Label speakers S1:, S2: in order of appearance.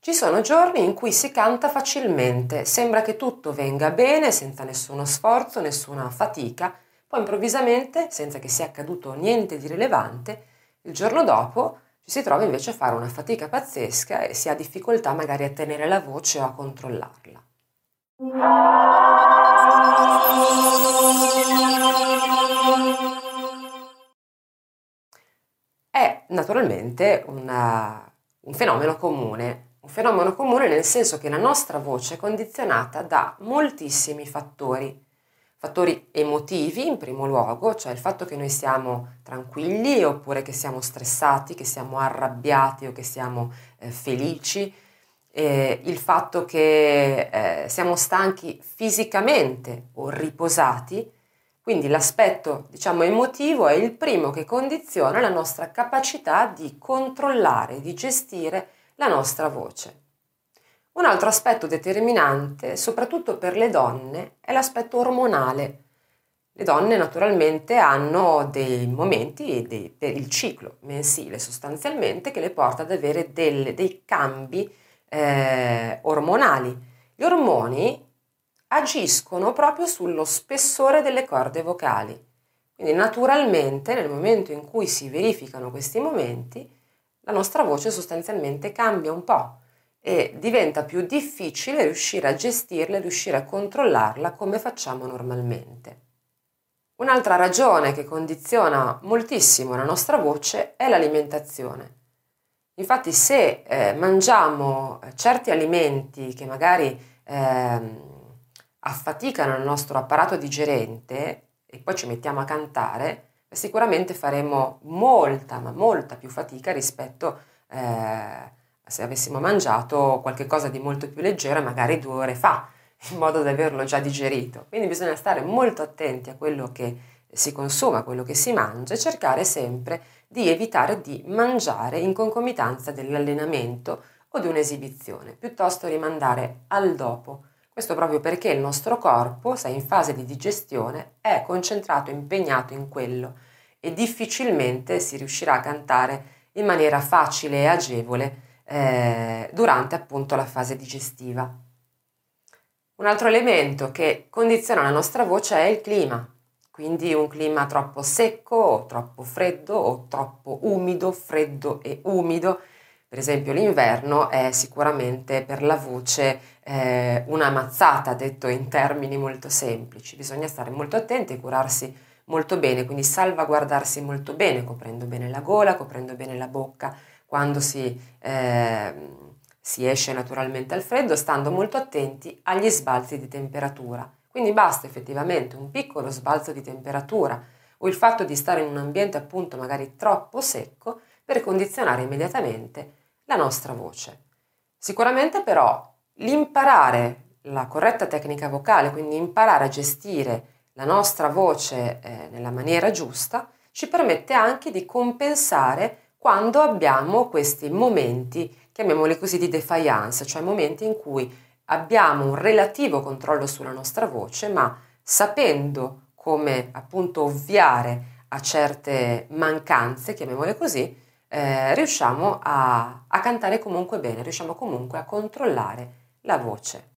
S1: Ci sono giorni in cui si canta facilmente, sembra che tutto venga bene senza nessuno sforzo, nessuna fatica, poi improvvisamente, senza che sia accaduto niente di rilevante, il giorno dopo ci si trova invece a fare una fatica pazzesca e si ha difficoltà magari a tenere la voce o a controllarla. È naturalmente un fenomeno comune nel senso che la nostra voce è condizionata da moltissimi fattori emotivi in primo luogo, cioè il fatto che noi siamo tranquilli oppure che siamo stressati, che siamo arrabbiati o che siamo felici, il fatto che siamo stanchi fisicamente o riposati. Quindi l'aspetto, diciamo, emotivo è il primo che condiziona la nostra capacità di controllare, di gestire la nostra voce. Un altro aspetto determinante, soprattutto per le donne, è l'aspetto ormonale. Le donne naturalmente hanno dei momenti per il ciclo mensile sostanzialmente che le porta ad avere dei cambi ormonali. Gli ormoni agiscono proprio sullo spessore delle corde vocali. Quindi naturalmente nel momento in cui si verificano questi momenti, la nostra voce sostanzialmente cambia un po' e diventa più difficile riuscire a gestirla, riuscire a controllarla come facciamo normalmente. Un'altra ragione che condiziona moltissimo la nostra voce è l'alimentazione. Infatti se mangiamo certi alimenti che magari affaticano il nostro apparato digerente e poi ci mettiamo a cantare, sicuramente faremo molta, ma molta più fatica rispetto se avessimo mangiato qualche cosa di molto più leggero magari 2 ore fa, in modo da averlo già digerito. Quindi bisogna stare molto attenti a quello che si consuma, quello che si mangia e cercare sempre di evitare di mangiare in concomitanza dell'allenamento o di un'esibizione, piuttosto rimandare al dopo. Questo proprio perché il nostro corpo, se è in fase di digestione, è concentrato, impegnato in quello e difficilmente si riuscirà a cantare in maniera facile e agevole durante appunto la fase digestiva. Un altro elemento che condiziona la nostra voce è il clima, quindi un clima troppo secco o troppo freddo o troppo umido, freddo e umido. Per esempio l'inverno è sicuramente per la voce una mazzata, detto in termini molto semplici. Bisogna stare molto attenti e curarsi molto bene, quindi salvaguardarsi molto bene, coprendo bene la gola, coprendo bene la bocca quando si esce naturalmente al freddo, stando molto attenti agli sbalzi di temperatura. Quindi basta effettivamente un piccolo sbalzo di temperatura o il fatto di stare in un ambiente appunto magari troppo secco per condizionare immediatamente la nostra voce. Sicuramente però l'imparare la corretta tecnica vocale, quindi imparare a gestire la nostra voce nella maniera giusta, ci permette anche di compensare quando abbiamo questi momenti, chiamiamoli così, di defiance, cioè momenti in cui abbiamo un relativo controllo sulla nostra voce, ma sapendo come appunto ovviare a certe mancanze, chiamiamole così, riusciamo a cantare comunque bene, riusciamo comunque a controllare la voce.